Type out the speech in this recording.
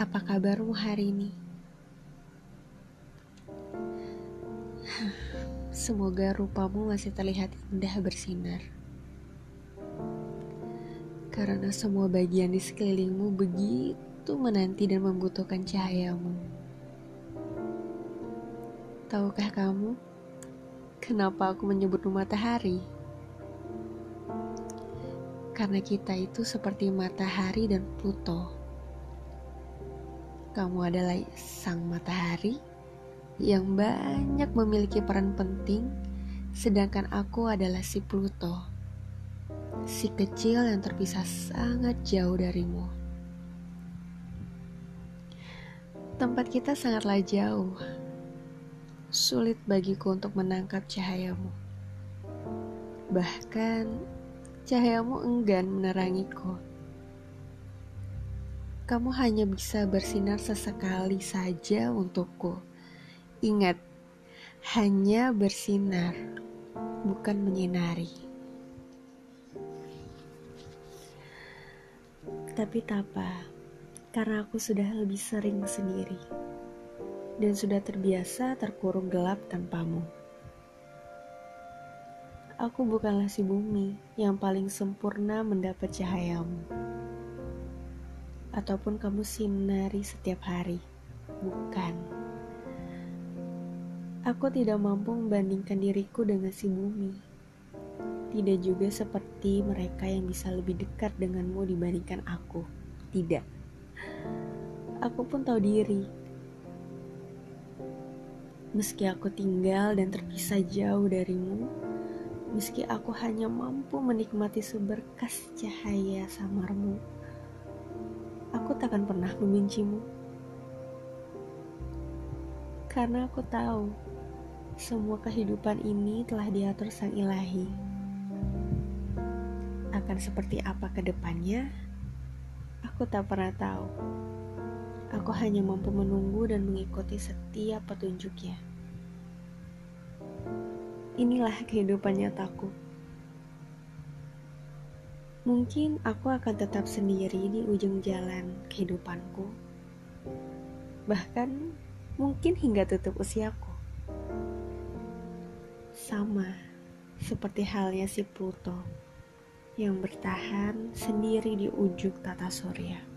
Apa kabarmu hari ini? Semoga rupamu masih terlihat indah bersinar. Karena semua bagian di sekelilingmu begitu menanti dan membutuhkan cahayamu. Tahukah kamu, kenapa aku menyebutmu matahari? Karena kita itu seperti matahari dan Pluto. Kamu adalah sang matahari yang banyak memiliki peran penting, sedangkan aku adalah si Pluto, si kecil yang terpisah sangat jauh darimu. Tempat kita sangatlah jauh. Sulit bagiku untuk menangkap cahayamu. Bahkan cahayamu enggan menerangiku. Kamu hanya bisa bersinar sesekali saja untukku. Ingat, hanya bersinar, bukan menyinari. Tapi tak apa, karena aku sudah lebih sering sendiri dan sudah terbiasa terkurung gelap tanpamu. Aku bukanlah si bumi yang paling sempurna mendapat cahayamu, ataupun kamu sinari setiap hari. Bukan. Aku tidak mampu membandingkan diriku dengan si bumi. Tidak juga seperti mereka yang bisa lebih dekat denganmu dibandingkan aku. Tidak. Aku pun tahu diri. Meski aku tinggal dan terpisah jauh darimu, meski aku hanya mampu menikmati seberkas cahaya samarmu, aku takkan pernah membencimu. Karena aku tahu semua kehidupan ini telah diatur Sang Ilahi. Akan seperti apa ke depannya, aku tak pernah tahu. Aku hanya mampu menunggu dan mengikuti setiap petunjuknya. Inilah kehidupan nyataku. Mungkin aku akan tetap sendiri di ujung jalan kehidupanku. Bahkan mungkin hingga tutup usiaku. Sama seperti halnya si Pluto yang bertahan sendiri di ujung tata surya.